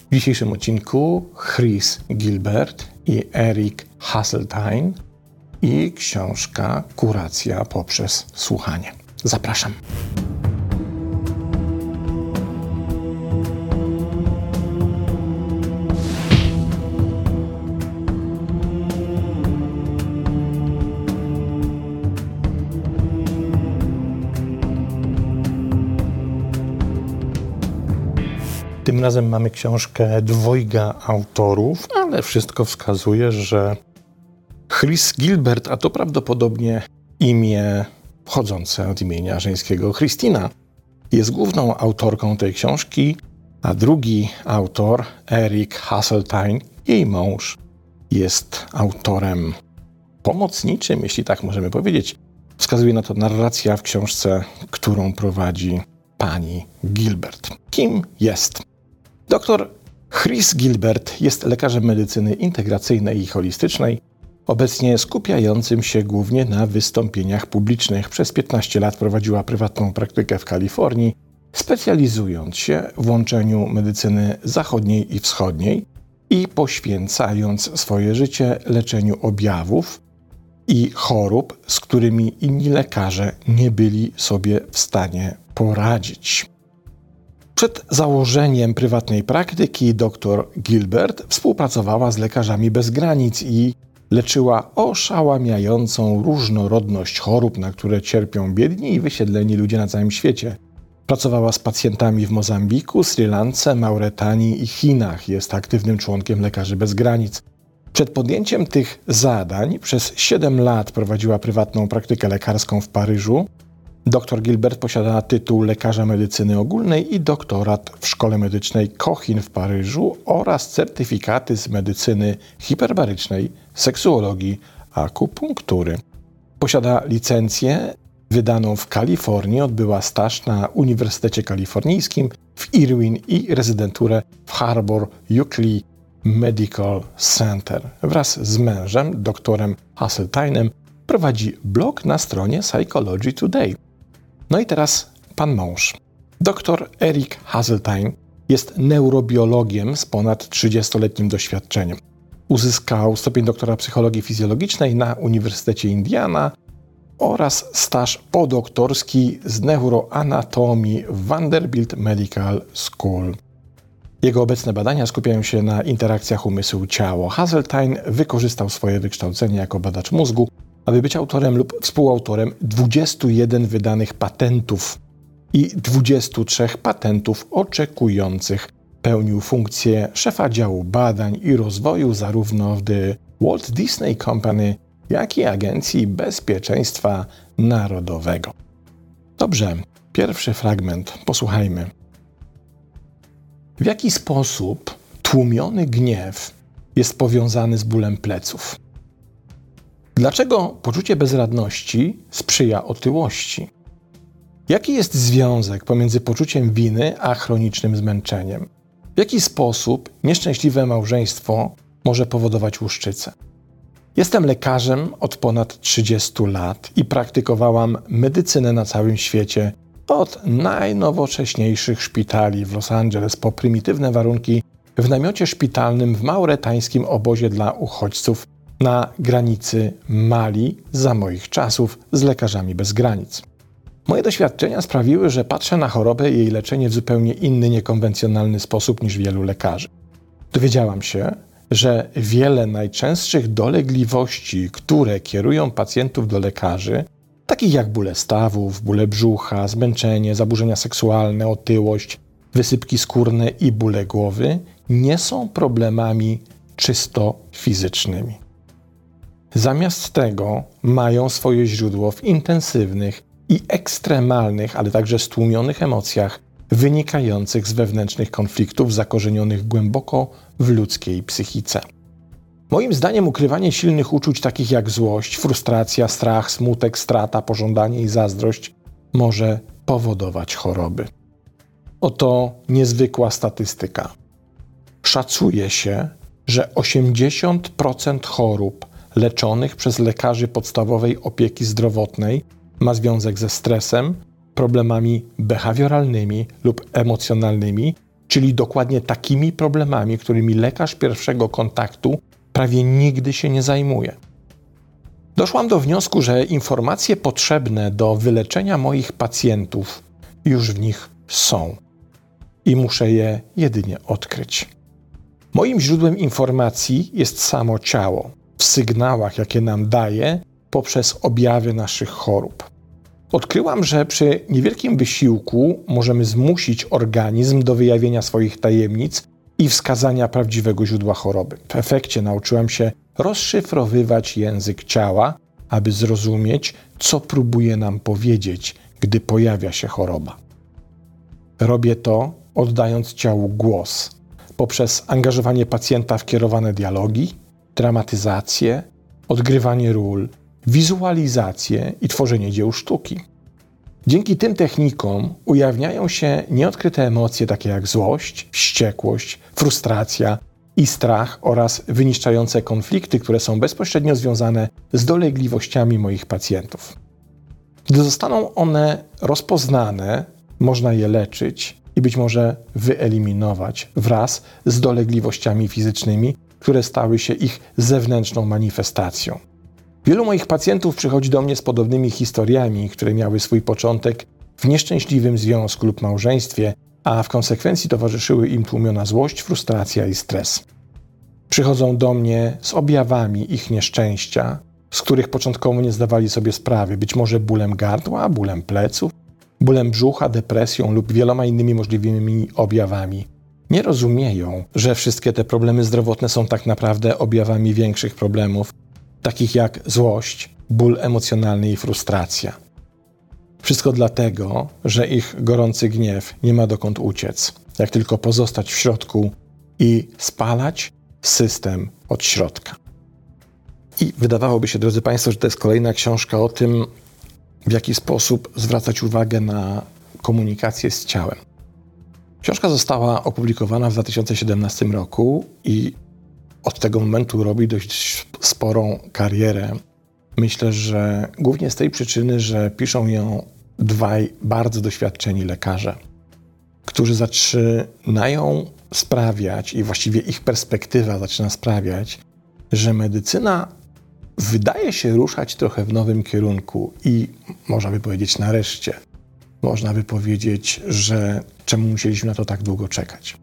W dzisiejszym odcinku Chris Gilbert i Eric Hasseltine i książka Kuracja poprzez słuchanie. Zapraszam. Tym razem mamy książkę dwojga autorów, ale wszystko wskazuje, że Chris Gilbert, a to prawdopodobnie imię pochodzące od imienia żeńskiego Christina, jest główną autorką tej książki, a drugi autor, Eric Hasseltine, jej mąż, jest autorem pomocniczym, jeśli tak możemy powiedzieć. Wskazuje na to narracja w książce, którą prowadzi pani Gilbert. Kim jest? Dr Chris Gilbert jest lekarzem medycyny integracyjnej i holistycznej, obecnie skupiającym się głównie na wystąpieniach publicznych. Przez 15 lat prowadziła prywatną praktykę w Kalifornii, specjalizując się w łączeniu medycyny zachodniej i wschodniej i poświęcając swoje życie leczeniu objawów i chorób, z którymi inni lekarze nie byli sobie w stanie poradzić. Przed założeniem prywatnej praktyki dr Gilbert współpracowała z Lekarzami Bez Granic i leczyła oszałamiającą różnorodność chorób, na które cierpią biedni i wysiedleni ludzie na całym świecie. Pracowała z pacjentami w Mozambiku, Sri Lance, Mauretanii i Chinach. Jest aktywnym członkiem Lekarzy Bez Granic. Przed podjęciem tych zadań przez 7 lat prowadziła prywatną praktykę lekarską w Paryżu. Dr Gilbert posiada tytuł lekarza medycyny ogólnej i doktorat w Szkole Medycznej Cochin w Paryżu oraz certyfikaty z medycyny hiperbarycznej, seksuologii, akupunktury. Posiada licencję wydaną w Kalifornii, odbyła staż na Uniwersytecie Kalifornijskim w Irwin i rezydenturę w Harbor Euclid Medical Center. Wraz z mężem, doktorem Hasseltinem, prowadzi blog na stronie Psychology Today. No i teraz pan mąż. Dr Eric Hasseltine jest neurobiologiem z ponad 30-letnim doświadczeniem. Uzyskał stopień doktora psychologii fizjologicznej na Uniwersytecie Indiana oraz staż podoktorski z neuroanatomii w Vanderbilt Medical School. Jego obecne badania skupiają się na interakcjach umysł-ciało. Hasseltine wykorzystał swoje wykształcenie jako badacz mózgu, aby być autorem lub współautorem 21 wydanych patentów i 23 patentów oczekujących. Pełnił funkcję szefa działu badań i rozwoju zarówno w The Walt Disney Company, jak i Agencji Bezpieczeństwa Narodowego. Dobrze, pierwszy fragment, posłuchajmy. W jaki sposób tłumiony gniew jest powiązany z bólem pleców? Dlaczego poczucie bezradności sprzyja otyłości? Jaki jest związek pomiędzy poczuciem winy a chronicznym zmęczeniem? W jaki sposób nieszczęśliwe małżeństwo może powodować łuszczycę? Jestem lekarzem od ponad 30 lat i praktykowałam medycynę na całym świecie, od najnowocześniejszych szpitali w Los Angeles po prymitywne warunki w namiocie szpitalnym w mauretańskim obozie dla uchodźców na granicy Mali za moich czasów z Lekarzami Bez Granic. Moje doświadczenia sprawiły, że patrzę na chorobę i jej leczenie w zupełnie inny, niekonwencjonalny sposób niż wielu lekarzy. Dowiedziałam się, że wiele najczęstszych dolegliwości, które kierują pacjentów do lekarzy, takich jak bóle stawów, bóle brzucha, zmęczenie, zaburzenia seksualne, otyłość, wysypki skórne i bóle głowy, nie są problemami czysto fizycznymi. Zamiast tego mają swoje źródło w intensywnych i ekstremalnych, ale także stłumionych emocjach wynikających z wewnętrznych konfliktów zakorzenionych głęboko w ludzkiej psychice. Moim zdaniem ukrywanie silnych uczuć takich jak złość, frustracja, strach, smutek, strata, pożądanie i zazdrość może powodować choroby. Oto niezwykła statystyka. Szacuje się, że 80% chorób leczonych przez lekarzy podstawowej opieki zdrowotnej ma związek ze stresem, problemami behawioralnymi lub emocjonalnymi czyli dokładnie takimi problemami, którymi lekarz pierwszego kontaktu prawie nigdy się nie zajmuje. Doszłam do wniosku, że informacje potrzebne do wyleczenia moich pacjentów już w nich są i muszę je jedynie odkryć. Moim źródłem informacji jest samo ciało, w sygnałach, jakie nam daje poprzez objawy naszych chorób. Odkryłam, że przy niewielkim wysiłku możemy zmusić organizm do wyjawienia swoich tajemnic i wskazania prawdziwego źródła choroby. W efekcie nauczyłam się rozszyfrowywać język ciała, aby zrozumieć, co próbuje nam powiedzieć, gdy pojawia się choroba. Robię to, oddając ciału głos, poprzez angażowanie pacjenta w kierowane dialogi, dramatyzację, odgrywanie ról, wizualizację i tworzenie dzieł sztuki. Dzięki tym technikom ujawniają się nieodkryte emocje takie jak złość, wściekłość, frustracja i strach oraz wyniszczające konflikty, które są bezpośrednio związane z dolegliwościami moich pacjentów. Gdy zostaną one rozpoznane, można je leczyć i być może wyeliminować wraz z dolegliwościami fizycznymi, które stały się ich zewnętrzną manifestacją. Wielu moich pacjentów przychodzi do mnie z podobnymi historiami, które miały swój początek w nieszczęśliwym związku lub małżeństwie, a w konsekwencji towarzyszyły im tłumiona złość, frustracja i stres. Przychodzą do mnie z objawami ich nieszczęścia, z których początkowo nie zdawali sobie sprawy, być może bólem gardła, bólem pleców, bólem brzucha, depresją lub wieloma innymi możliwymi objawami. Nie rozumieją, że wszystkie te problemy zdrowotne są tak naprawdę objawami większych problemów, takich jak złość, ból emocjonalny i frustracja. Wszystko dlatego, że ich gorący gniew nie ma dokąd uciec, jak tylko pozostać w środku i spalać system od środka. I wydawałoby się, drodzy Państwo, że to jest kolejna książka o tym, w jaki sposób zwracać uwagę na komunikację z ciałem. Książka została opublikowana w 2017 roku i od tego momentu robi dość sporą karierę. Myślę, że głównie z tej przyczyny, że piszą ją dwaj bardzo doświadczeni lekarze, którzy zaczynają sprawiać i właściwie ich perspektywa zaczyna sprawiać, że medycyna wydaje się ruszać trochę w nowym kierunku i można by powiedzieć nareszcie. Można by powiedzieć, że czemu musieliśmy na to tak długo czekać.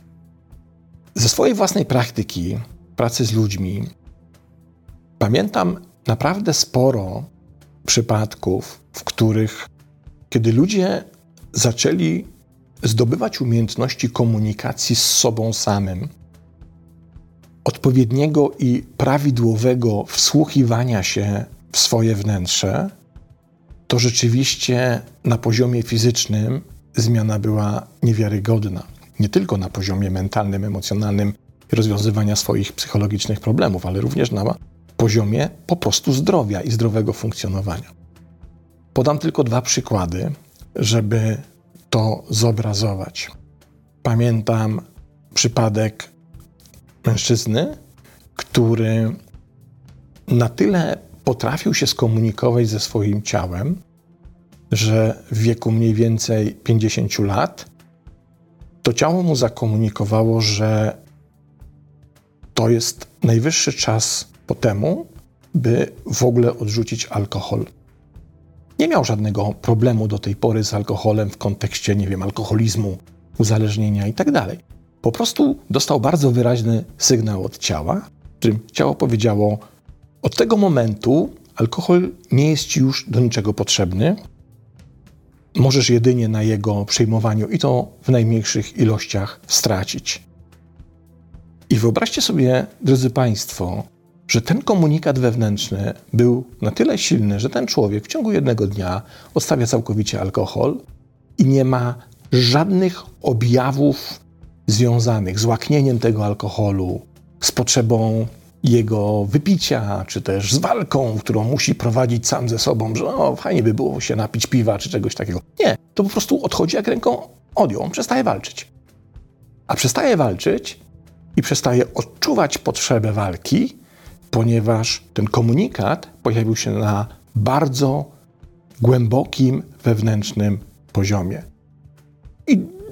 Ze swojej własnej praktyki, pracy z ludźmi, pamiętam naprawdę sporo przypadków, w których, kiedy ludzie zaczęli zdobywać umiejętności komunikacji z sobą samym, odpowiedniego i prawidłowego wsłuchiwania się w swoje wnętrze, to rzeczywiście na poziomie fizycznym zmiana była niewiarygodna. Nie tylko na poziomie mentalnym, emocjonalnym i rozwiązywania swoich psychologicznych problemów, ale również na poziomie po prostu zdrowia i zdrowego funkcjonowania. Podam tylko dwa przykłady, żeby to zobrazować. Pamiętam przypadek mężczyzny, który na tyle potrafił się skomunikować ze swoim ciałem, że w wieku mniej więcej 50 lat to ciało mu zakomunikowało, że to jest najwyższy czas po temu, by w ogóle odrzucić alkohol. Nie miał żadnego problemu do tej pory z alkoholem w kontekście, alkoholizmu, uzależnienia itd. Po prostu dostał bardzo wyraźny sygnał od ciała, w którym ciało powiedziało: od tego momentu alkohol nie jest ci już do niczego potrzebny. Możesz jedynie na jego przyjmowaniu i to w najmniejszych ilościach stracić. I wyobraźcie sobie, drodzy Państwo, że ten komunikat wewnętrzny był na tyle silny, że ten człowiek w ciągu jednego dnia odstawia całkowicie alkohol i nie ma żadnych objawów związanych z łaknieniem tego alkoholu, z potrzebą jego wypicia, czy też z walką, którą musi prowadzić sam ze sobą, że fajnie by było się napić piwa, czy czegoś takiego. Nie, to po prostu odchodzi jak ręką odjął, on przestaje walczyć. A przestaje walczyć i przestaje odczuwać potrzebę walki, ponieważ ten komunikat pojawił się na bardzo głębokim, wewnętrznym poziomie. I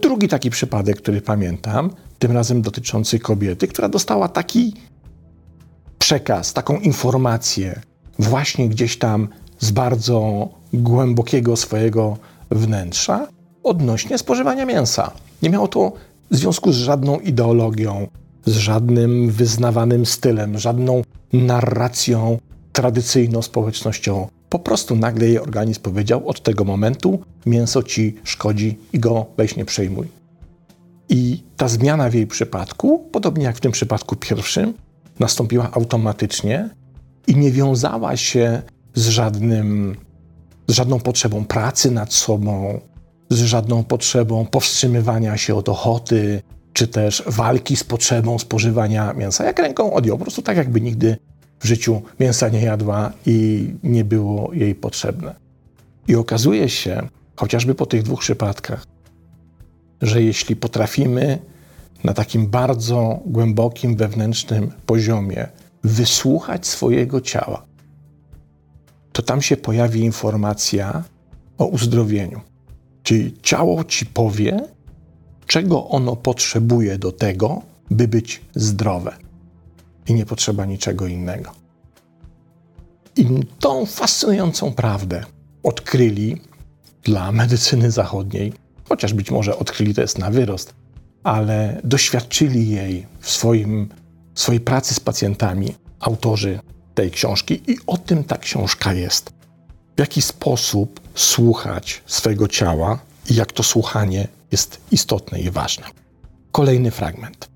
Drugi taki przypadek, który pamiętam, tym razem dotyczący kobiety, która dostała taki przekaz, taką informację właśnie gdzieś tam z bardzo głębokiego swojego wnętrza odnośnie spożywania mięsa. Nie miało to związku z żadną ideologią, z żadnym wyznawanym stylem, żadną narracją tradycyjno-społecznościową. Po prostu nagle jej organizm powiedział: od tego momentu mięso ci szkodzi i go weź nie przejmuj. I ta zmiana w jej przypadku, podobnie jak w tym przypadku pierwszym, nastąpiła automatycznie i nie wiązała się z żadną potrzebą pracy nad sobą, z żadną potrzebą powstrzymywania się od ochoty, czy też walki z potrzebą spożywania mięsa. Jak ręką odjął, po prostu tak jakby nigdy w życiu mięsa nie jadła i nie było jej potrzebne. I okazuje się, chociażby po tych dwóch przypadkach, że jeśli potrafimy na takim bardzo głębokim, wewnętrznym poziomie wysłuchać swojego ciała, to tam się pojawi informacja o uzdrowieniu. Czyli ciało ci powie, czego ono potrzebuje do tego, by być zdrowe. I nie potrzeba niczego innego. I tą fascynującą prawdę odkryli dla medycyny zachodniej, chociaż być może odkryli to jest na wyrost, ale doświadczyli jej w swojej pracy z pacjentami autorzy tej książki i o tym ta książka jest. W jaki sposób słuchać swojego ciała i jak to słuchanie jest istotne i ważne. Kolejny fragment.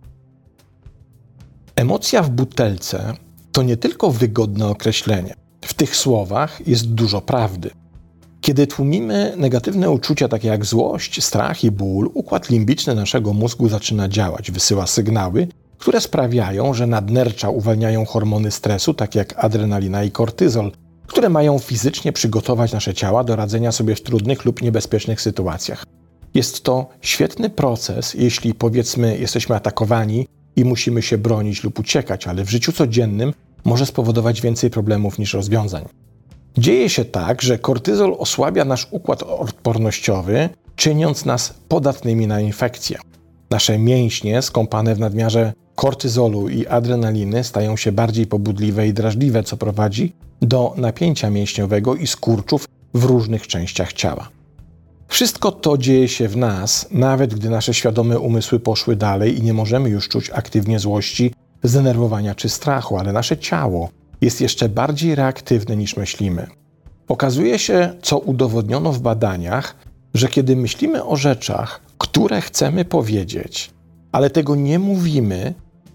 Emocja w butelce to nie tylko wygodne określenie. W tych słowach jest dużo prawdy. Kiedy tłumimy negatywne uczucia takie jak złość, strach i ból, układ limbiczny naszego mózgu zaczyna działać, wysyła sygnały, które sprawiają, że nadnercza uwalniają hormony stresu, takie jak adrenalina i kortyzol, które mają fizycznie przygotować nasze ciała do radzenia sobie w trudnych lub niebezpiecznych sytuacjach. Jest to świetny proces, jeśli powiedzmy jesteśmy atakowani i musimy się bronić lub uciekać, ale w życiu codziennym może spowodować więcej problemów niż rozwiązań. Dzieje się tak, że kortyzol osłabia nasz układ odpornościowy, czyniąc nas podatnymi na infekcje. Nasze mięśnie skąpane w nadmiarze kortyzolu i adrenaliny stają się bardziej pobudliwe i drażliwe, co prowadzi do napięcia mięśniowego i skurczów w różnych częściach ciała. Wszystko to dzieje się w nas, nawet gdy nasze świadome umysły poszły dalej i nie możemy już czuć aktywnie złości, zdenerwowania czy strachu, ale nasze ciało jest jeszcze bardziej reaktywne niż myślimy. Okazuje się, co udowodniono w badaniach, że kiedy myślimy o rzeczach, które chcemy powiedzieć, ale tego nie mówimy,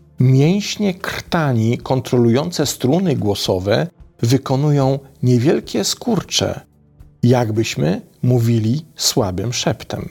mięśnie krtani kontrolujące struny głosowe wykonują niewielkie skurcze, jakbyśmy mówili słabym szeptem.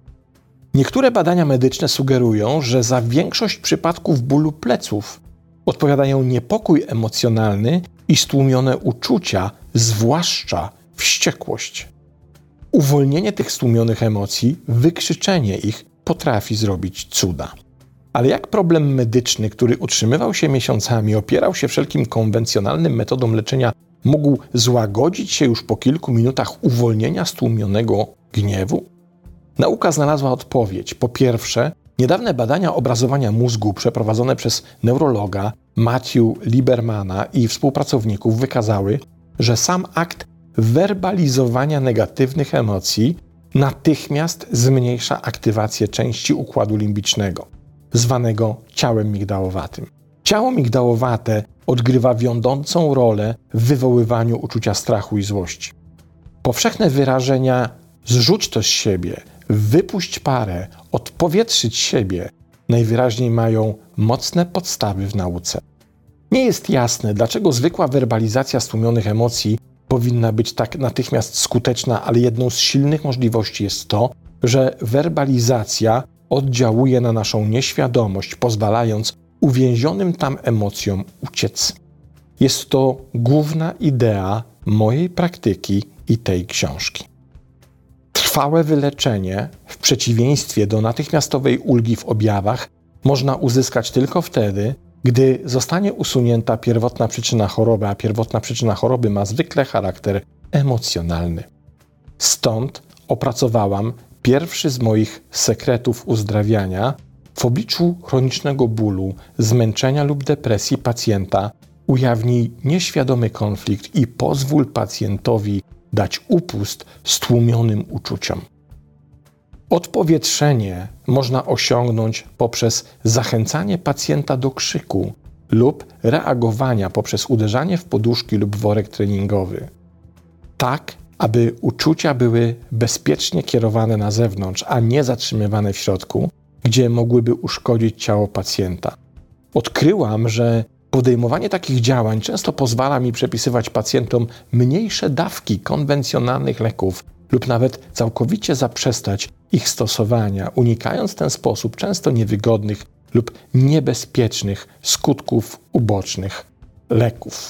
Niektóre badania medyczne sugerują, że za większość przypadków bólu pleców odpowiadają niepokój emocjonalny i stłumione uczucia, zwłaszcza wściekłość. Uwolnienie tych stłumionych emocji, wykrzyczenie ich potrafi zrobić cuda. Ale jak problem medyczny, który utrzymywał się miesiącami, opierał się wszelkim konwencjonalnym metodom leczenia, mógł złagodzić się już po kilku minutach uwolnienia stłumionego gniewu? Nauka znalazła odpowiedź. Po pierwsze, niedawne badania obrazowania mózgu przeprowadzone przez neurologa Matthew Liebermana i współpracowników wykazały, że sam akt werbalizowania negatywnych emocji natychmiast zmniejsza aktywację części układu limbicznego, zwanego ciałem migdałowatym. Ciało migdałowate odgrywa wiodącą rolę w wywoływaniu uczucia strachu i złości. Powszechne wyrażenia zrzuć to z siebie, wypuść parę, odpowietrzyć siebie najwyraźniej mają mocne podstawy w nauce. Nie jest jasne, dlaczego zwykła werbalizacja stłumionych emocji powinna być tak natychmiast skuteczna, ale jedną z silnych możliwości jest to, że werbalizacja oddziałuje na naszą nieświadomość, pozwalając uwięzionym tam emocjom uciec. Jest to główna idea mojej praktyki i tej książki. Trwałe wyleczenie, w przeciwieństwie do natychmiastowej ulgi w objawach, można uzyskać tylko wtedy, gdy zostanie usunięta pierwotna przyczyna choroby, a pierwotna przyczyna choroby ma zwykle charakter emocjonalny. Stąd opracowałam pierwszy z moich sekretów uzdrawiania w obliczu chronicznego bólu, zmęczenia lub depresji pacjenta ujawnij nieświadomy konflikt i pozwól pacjentowi dać upust stłumionym uczuciom. Odpowietrzenie można osiągnąć poprzez zachęcanie pacjenta do krzyku lub reagowania poprzez uderzanie w poduszki lub worek treningowy. Tak, aby uczucia były bezpiecznie kierowane na zewnątrz, a nie zatrzymywane w środku, gdzie mogłyby uszkodzić ciało pacjenta. Odkryłam, że podejmowanie takich działań często pozwala mi przepisywać pacjentom mniejsze dawki konwencjonalnych leków lub nawet całkowicie zaprzestać ich stosowania, unikając w ten sposób często niewygodnych lub niebezpiecznych skutków ubocznych leków.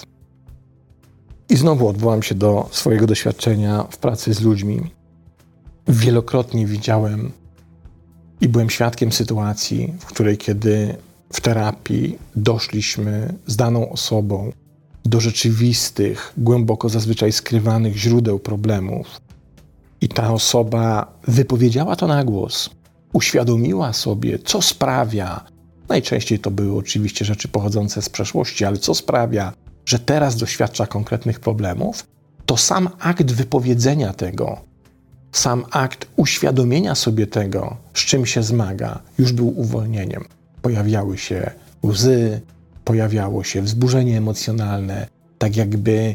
I znowu odwołam się do swojego doświadczenia w pracy z ludźmi. Wielokrotnie widziałem i byłem świadkiem sytuacji, w której kiedy w terapii doszliśmy z daną osobą do rzeczywistych, głęboko zazwyczaj skrywanych źródeł problemów i ta osoba wypowiedziała to na głos, uświadomiła sobie, co sprawia, najczęściej to były oczywiście rzeczy pochodzące z przeszłości, ale co sprawia, że teraz doświadcza konkretnych problemów, to sam akt wypowiedzenia tego, sam akt uświadomienia sobie tego, z czym się zmaga, już był uwolnieniem. Pojawiały się łzy, pojawiało się wzburzenie emocjonalne, tak jakby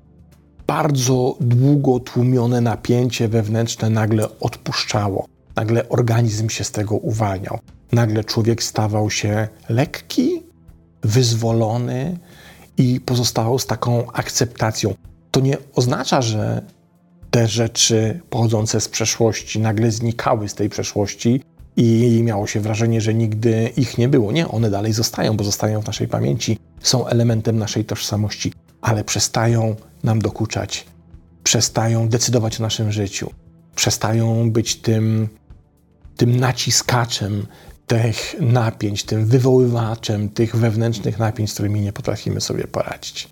bardzo długo tłumione napięcie wewnętrzne nagle odpuszczało. Nagle organizm się z tego uwalniał. Nagle człowiek stawał się lekki, wyzwolony i pozostawał z taką akceptacją. To nie oznacza, że te rzeczy pochodzące z przeszłości nagle znikały z tej przeszłości i miało się wrażenie, że nigdy ich nie było. Nie, one dalej zostają, bo zostają w naszej pamięci, są elementem naszej tożsamości, ale przestają nam dokuczać, przestają decydować o naszym życiu, przestają być tym naciskaczem tych napięć, tym wywoływaczem tych wewnętrznych napięć, z którymi nie potrafimy sobie poradzić.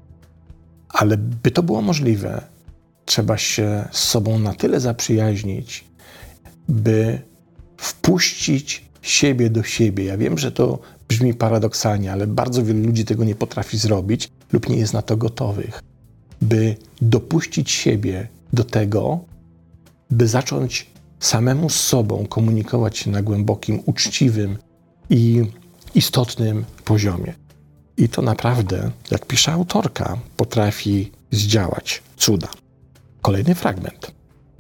Ale by to było możliwe, trzeba się z sobą na tyle zaprzyjaźnić, by wpuścić siebie do siebie. Ja wiem, że to brzmi paradoksalnie, ale bardzo wielu ludzi tego nie potrafi zrobić lub nie jest na to gotowych. By dopuścić siebie do tego, by zacząć samemu z sobą komunikować się na głębokim, uczciwym i istotnym poziomie. I to naprawdę, jak pisze autorka, potrafi zdziałać cuda. Kolejny fragment.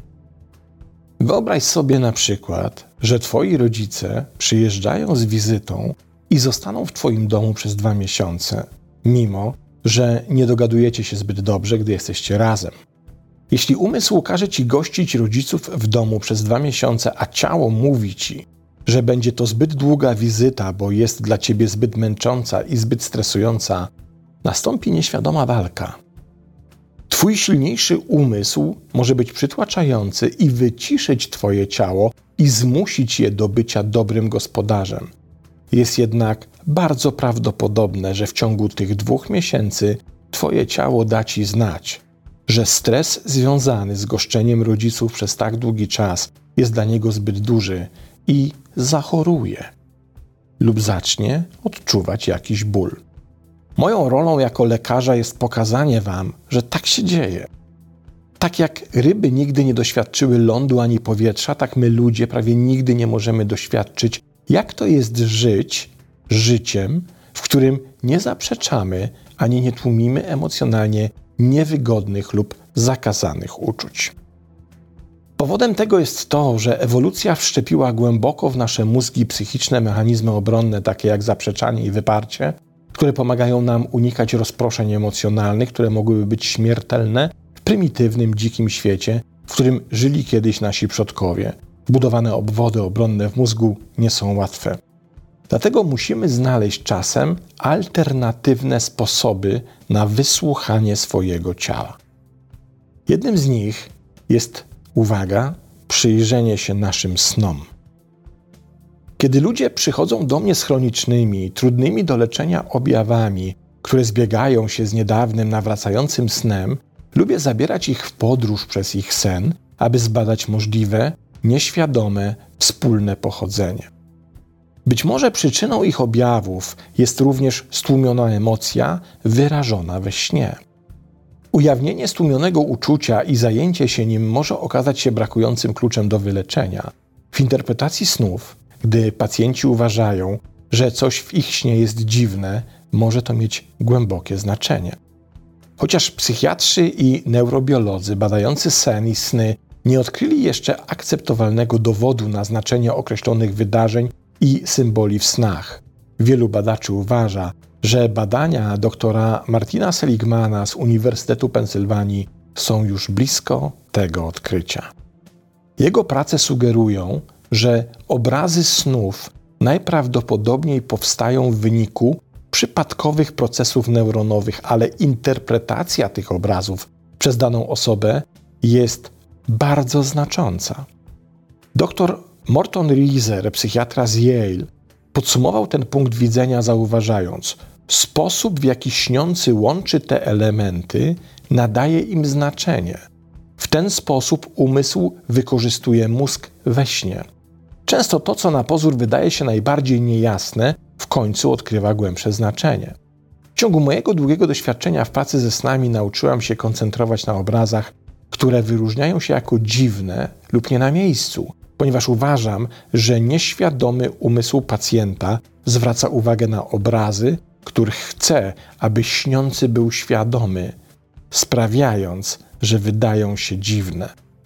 Wyobraź sobie na przykład, że twoi rodzice przyjeżdżają z wizytą i zostaną w twoim domu przez 2 miesiące, mimo że nie dogadujecie się zbyt dobrze, gdy jesteście razem. Jeśli umysł każe ci gościć rodziców w domu przez 2 miesiące, a ciało mówi ci, że będzie to zbyt długa wizyta, bo jest dla ciebie zbyt męcząca i zbyt stresująca, nastąpi nieświadoma walka. Twój silniejszy umysł może być przytłaczający i wyciszyć twoje ciało i zmusić je do bycia dobrym gospodarzem. Jest jednak bardzo prawdopodobne, że w ciągu tych 2 miesięcy twoje ciało da ci znać, że stres związany z goszczeniem rodziców przez tak długi czas jest dla niego zbyt duży i zachoruje lub zacznie odczuwać jakiś ból. Moją rolą jako lekarza jest pokazanie wam, że tak się dzieje. Tak jak ryby nigdy nie doświadczyły lądu ani powietrza, tak my ludzie prawie nigdy nie możemy doświadczyć, jak to jest żyć życiem, w którym nie zaprzeczamy ani nie tłumimy emocjonalnie niewygodnych lub zakazanych uczuć. Powodem tego jest to, że ewolucja wszczepiła głęboko w nasze mózgi psychiczne mechanizmy obronne, takie jak zaprzeczanie i wyparcie, które pomagają nam unikać rozproszeń emocjonalnych, które mogłyby być śmiertelne w prymitywnym, dzikim świecie, w którym żyli kiedyś nasi przodkowie. Budowane obwody obronne w mózgu nie są łatwe. Dlatego musimy znaleźć czasem alternatywne sposoby na wysłuchanie swojego ciała. Jednym z nich jest, uwaga, przyjrzenie się naszym snom. Kiedy ludzie przychodzą do mnie z chronicznymi, trudnymi do leczenia objawami, które zbiegają się z niedawnym, nawracającym snem, lubię zabierać ich w podróż przez ich sen, aby zbadać możliwe nieświadome, wspólne pochodzenie. Być może przyczyną ich objawów jest również stłumiona emocja wyrażona we śnie. Ujawnienie stłumionego uczucia i zajęcie się nim może okazać się brakującym kluczem do wyleczenia. W interpretacji snów, gdy pacjenci uważają, że coś w ich śnie jest dziwne, może to mieć głębokie znaczenie. Chociaż psychiatrzy i neurobiolodzy badający sen i sny nie odkryli jeszcze akceptowalnego dowodu na znaczenie określonych wydarzeń i symboli w snach, wielu badaczy uważa, że badania doktora Martina Seligmana z Uniwersytetu Pensylwanii są już blisko tego odkrycia. Jego prace sugerują, że obrazy snów najprawdopodobniej powstają w wyniku przypadkowych procesów neuronowych, ale interpretacja tych obrazów przez daną osobę jest bardzo znacząca. Dr Morton Reiser, psychiatra z Yale, podsumował ten punkt widzenia zauważając: sposób, w jaki śniący łączy te elementy, nadaje im znaczenie. W ten sposób umysł wykorzystuje mózg we śnie. Często to, co na pozór wydaje się najbardziej niejasne, w końcu odkrywa głębsze znaczenie. W ciągu mojego długiego doświadczenia w pracy ze snami nauczyłam się koncentrować na obrazach, które wyróżniają się jako dziwne lub nie na miejscu, ponieważ uważam, że nieświadomy umysł pacjenta zwraca uwagę na obrazy, których chce, aby śniący był świadomy, sprawiając, że wydają się dziwne.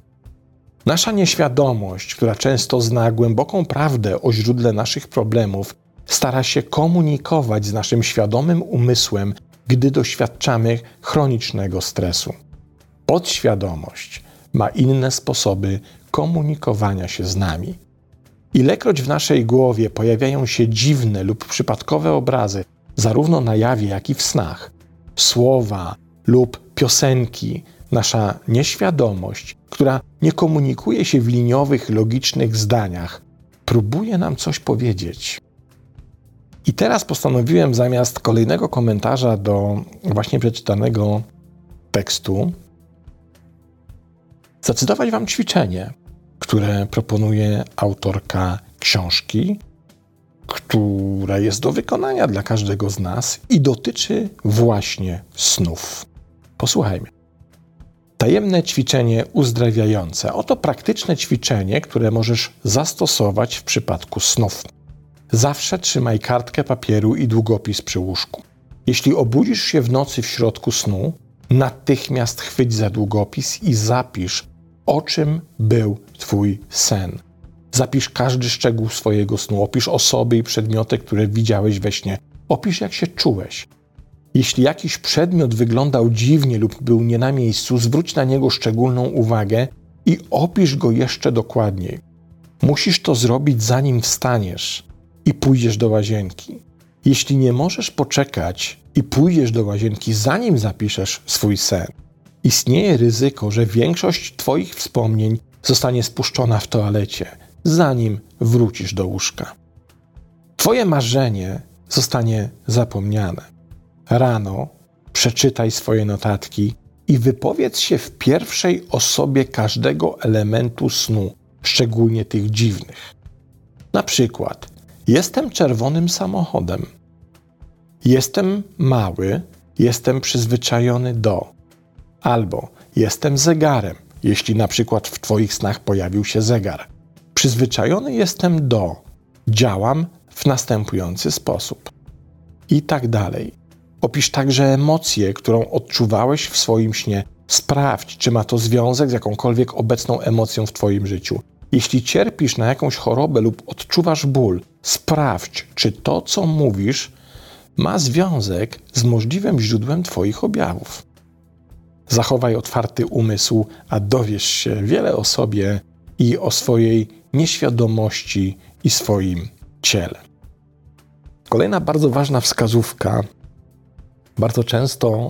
Nasza nieświadomość, która często zna głęboką prawdę o źródle naszych problemów, stara się komunikować z naszym świadomym umysłem, gdy doświadczamy chronicznego stresu. Podświadomość ma inne sposoby komunikowania się z nami. Ilekroć w naszej głowie pojawiają się dziwne lub przypadkowe obrazy, zarówno na jawie, jak i w snach, słowa lub piosenki, nasza nieświadomość, która nie komunikuje się w liniowych, logicznych zdaniach, próbuje nam coś powiedzieć. I teraz postanowiłem zamiast kolejnego komentarza do właśnie przeczytanego tekstu zacytować wam ćwiczenie, które proponuje autorka książki, które jest do wykonania dla każdego z nas i dotyczy właśnie snów. Posłuchajmy. Tajemne ćwiczenie uzdrawiające. Oto praktyczne ćwiczenie, które możesz zastosować w przypadku snów. Zawsze trzymaj kartkę papieru i długopis przy łóżku. Jeśli obudzisz się w nocy w środku snu, natychmiast chwyć za długopis i zapisz, o czym był twój sen. Zapisz każdy szczegół swojego snu, opisz osoby i przedmioty, które widziałeś we śnie. Opisz, jak się czułeś. Jeśli jakiś przedmiot wyglądał dziwnie lub był nie na miejscu, zwróć na niego szczególną uwagę i opisz go jeszcze dokładniej. Musisz to zrobić, zanim wstaniesz i pójdziesz do łazienki. Jeśli nie możesz poczekać i pójdziesz do łazienki, zanim zapiszesz swój sen, istnieje ryzyko, że większość twoich wspomnień zostanie spuszczona w toalecie, zanim wrócisz do łóżka. Twoje marzenie zostanie zapomniane. Rano przeczytaj swoje notatki i wypowiedz się w pierwszej osobie każdego elementu snu, szczególnie tych dziwnych. Na przykład: jestem czerwonym samochodem. Jestem mały, jestem przyzwyczajony do. Albo jestem zegarem, jeśli na przykład w twoich snach pojawił się zegar. Przyzwyczajony jestem do. Działam w następujący sposób. I tak dalej. Opisz także emocję, którą odczuwałeś w swoim śnie. Sprawdź, czy ma to związek z jakąkolwiek obecną emocją w twoim życiu. Jeśli cierpisz na jakąś chorobę lub odczuwasz ból, sprawdź, czy to, co mówisz, ma związek z możliwym źródłem twoich objawów. Zachowaj otwarty umysł, a dowiesz się wiele o sobie i o swojej nieświadomości i swoim ciele. Kolejna bardzo ważna wskazówka. Bardzo często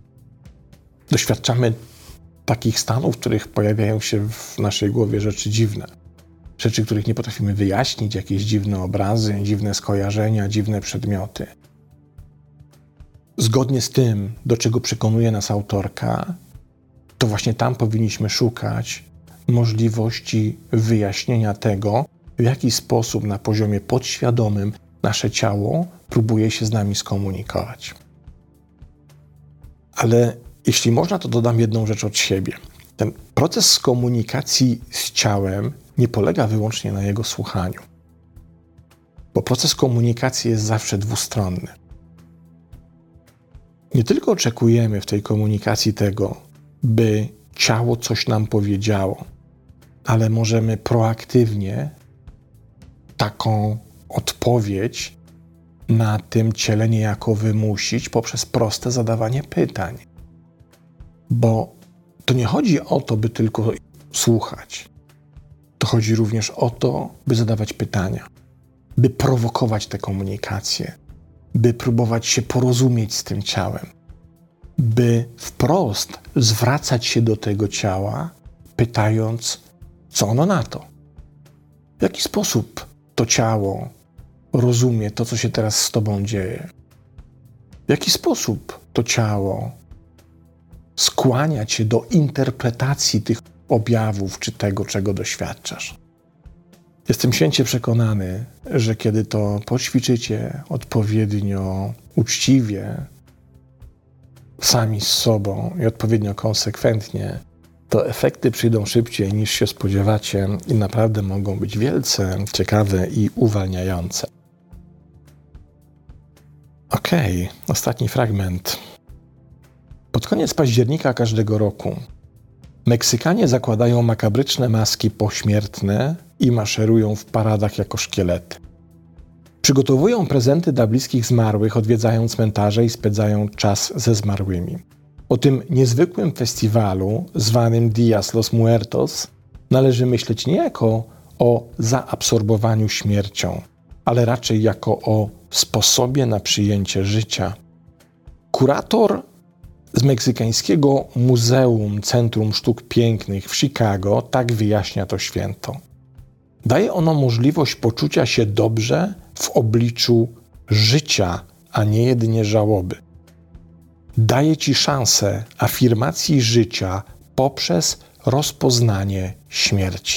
doświadczamy takich stanów, w których pojawiają się w naszej głowie rzeczy dziwne. Rzeczy, których nie potrafimy wyjaśnić, jakieś dziwne obrazy, dziwne skojarzenia, dziwne przedmioty. Zgodnie z tym, do czego przekonuje nas autorka, to właśnie tam powinniśmy szukać, możliwości wyjaśnienia tego, w jaki sposób na poziomie podświadomym nasze ciało próbuje się z nami skomunikować. Ale jeśli można, to dodam jedną rzecz od siebie. Ten proces komunikacji z ciałem nie polega wyłącznie na jego słuchaniu. Bo proces komunikacji jest zawsze dwustronny. Nie tylko oczekujemy w tej komunikacji tego, by ciało coś nam powiedziało, ale możemy proaktywnie taką odpowiedź na tym ciele niejako wymusić poprzez proste zadawanie pytań. Bo to nie chodzi o to, by tylko słuchać. To chodzi również o to, by zadawać pytania, by prowokować tę komunikację, by próbować się porozumieć z tym ciałem, by wprost zwracać się do tego ciała, pytając, co ono na to. W jaki sposób to ciało rozumie to, co się teraz z tobą dzieje? W jaki sposób to ciało skłania cię do interpretacji tych objawów, czy tego, czego doświadczasz? Jestem święcie przekonany, że kiedy to poćwiczycie odpowiednio uczciwie, sami z sobą i odpowiednio konsekwentnie, to efekty przyjdą szybciej niż się spodziewacie i naprawdę mogą być wielce ciekawe i uwalniające. Okej, ostatni fragment. Pod koniec października każdego roku Meksykanie zakładają makabryczne maski pośmiertne i maszerują w paradach jako szkielety. Przygotowują prezenty dla bliskich zmarłych, odwiedzają cmentarze i spędzają czas ze zmarłymi. O tym niezwykłym festiwalu, zwanym Días los Muertos, należy myśleć nie jako o zaabsorbowaniu śmiercią, ale raczej jako o sposobie na przyjęcie życia. Kurator z meksykańskiego Muzeum Centrum Sztuk Pięknych w Chicago tak wyjaśnia to święto. Daje ono możliwość poczucia się dobrze w obliczu życia, a nie jedynie żałoby. Daje ci szansę afirmacji życia poprzez rozpoznanie śmierci.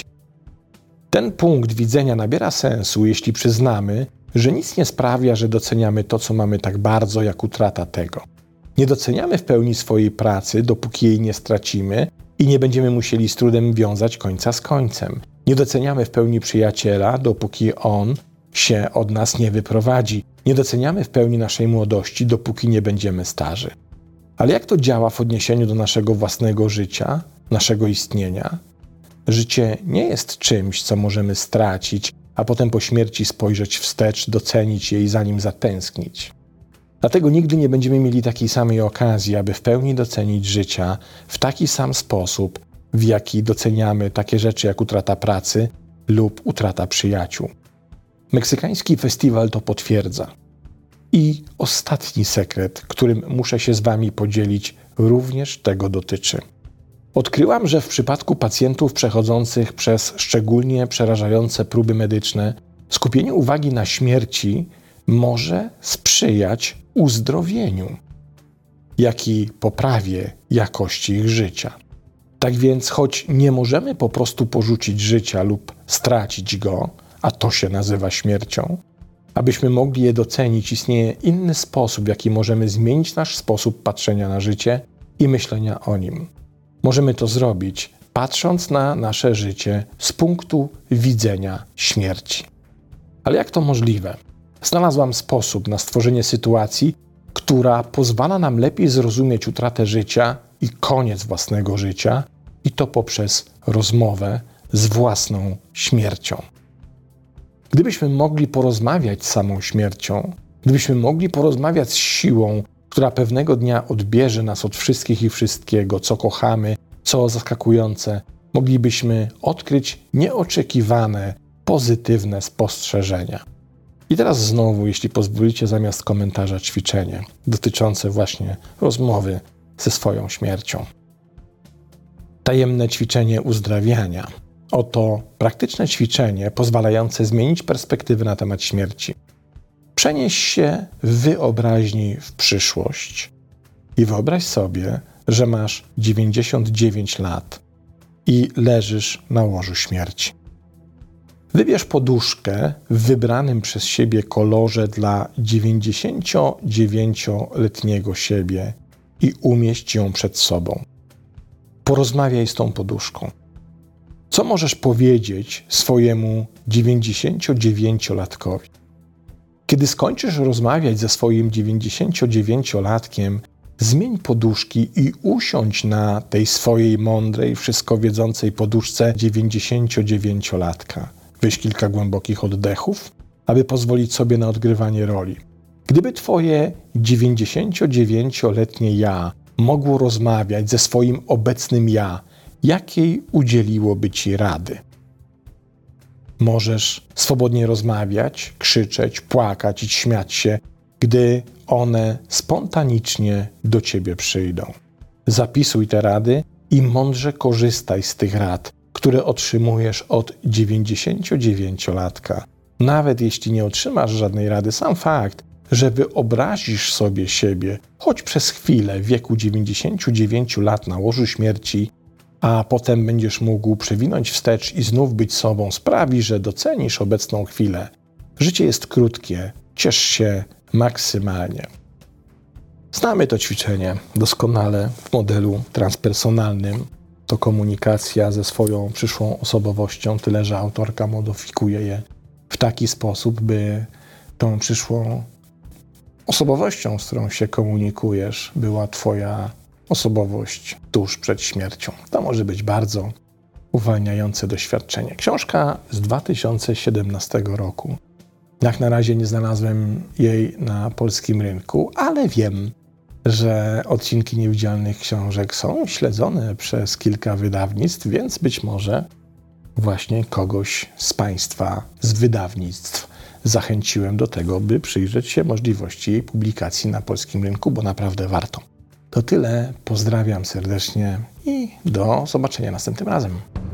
Ten punkt widzenia nabiera sensu, jeśli przyznamy, że nic nie sprawia, że doceniamy to, co mamy tak bardzo, jak utrata tego. Nie doceniamy w pełni swojej pracy, dopóki jej nie stracimy i nie będziemy musieli z trudem wiązać końca z końcem. Nie doceniamy w pełni przyjaciela, dopóki on się od nas nie wyprowadzi. Nie doceniamy w pełni naszej młodości, dopóki nie będziemy starzy. Ale jak to działa w odniesieniu do naszego własnego życia, naszego istnienia? Życie nie jest czymś, co możemy stracić, a potem po śmierci spojrzeć wstecz, docenić je i za nim zatęsknić. Dlatego nigdy nie będziemy mieli takiej samej okazji, aby w pełni docenić życia w taki sam sposób, w jaki doceniamy takie rzeczy jak utrata pracy lub utrata przyjaciół. Meksykański festiwal to potwierdza. I ostatni sekret, którym muszę się z wami podzielić, również tego dotyczy. Odkryłam, że w przypadku pacjentów przechodzących przez szczególnie przerażające próby medyczne, skupienie uwagi na śmierci może sprzyjać uzdrowieniu, jak i poprawie jakości ich życia. Tak więc, choć nie możemy po prostu porzucić życia lub stracić go, a to się nazywa śmiercią, abyśmy mogli je docenić, istnieje inny sposób, w jaki możemy zmienić nasz sposób patrzenia na życie i myślenia o nim. Możemy to zrobić, patrząc na nasze życie z punktu widzenia śmierci. Ale jak to możliwe? Znalazłam sposób na stworzenie sytuacji, która pozwala nam lepiej zrozumieć utratę życia i koniec własnego życia, i to poprzez rozmowę z własną śmiercią. Gdybyśmy mogli porozmawiać z samą śmiercią, gdybyśmy mogli porozmawiać z siłą, która pewnego dnia odbierze nas od wszystkich i wszystkiego, co kochamy, co zaskakujące, moglibyśmy odkryć nieoczekiwane, pozytywne spostrzeżenia. I teraz znowu, jeśli pozwolicie, zamiast komentarza ćwiczenie dotyczące właśnie rozmowy ze swoją śmiercią. Tajemne ćwiczenie uzdrawiania. Oto praktyczne ćwiczenie pozwalające zmienić perspektywę na temat śmierci. Przenieś się w wyobraźni w przyszłość i wyobraź sobie, że masz 99 lat i leżysz na łożu śmierci. Wybierz poduszkę w wybranym przez siebie kolorze dla 99-letniego siebie i umieść ją przed sobą. Porozmawiaj z tą poduszką. Co możesz powiedzieć swojemu 99-latkowi? Kiedy skończysz rozmawiać ze swoim 99-latkiem, zmień poduszki i usiądź na tej swojej mądrej, wszystko wiedzącej poduszce 99-latka. Weź kilka głębokich oddechów, aby pozwolić sobie na odgrywanie roli. Gdyby twoje 99-letnie ja mogło rozmawiać ze swoim obecnym ja, jakiej udzieliłoby ci rady? Możesz swobodnie rozmawiać, krzyczeć, płakać i śmiać się, gdy one spontanicznie do ciebie przyjdą. Zapisuj te rady i mądrze korzystaj z tych rad, które otrzymujesz od 99-latka. Nawet jeśli nie otrzymasz żadnej rady, sam fakt, że wyobrazisz sobie siebie, choć przez chwilę w wieku 99 lat na łożu śmierci, a potem będziesz mógł przewinąć wstecz i znów być sobą, sprawi, że docenisz obecną chwilę. Życie jest krótkie, ciesz się maksymalnie. Znamy to ćwiczenie doskonale w modelu transpersonalnym. To komunikacja ze swoją przyszłą osobowością, tyle że autorka modyfikuje je w taki sposób, by tą przyszłą osobowością, z którą się komunikujesz, była twoja osobowość tuż przed śmiercią. To może być bardzo uwalniające doświadczenie. Książka z 2017 roku. Jak na razie nie znalazłem jej na polskim rynku, ale wiem, że odcinki Niewidzialnych Książek są śledzone przez kilka wydawnictw, więc być może właśnie kogoś z Państwa z wydawnictw zachęciłem do tego, by przyjrzeć się możliwości jej publikacji na polskim rynku, bo naprawdę warto. To tyle, pozdrawiam serdecznie i do zobaczenia następnym razem.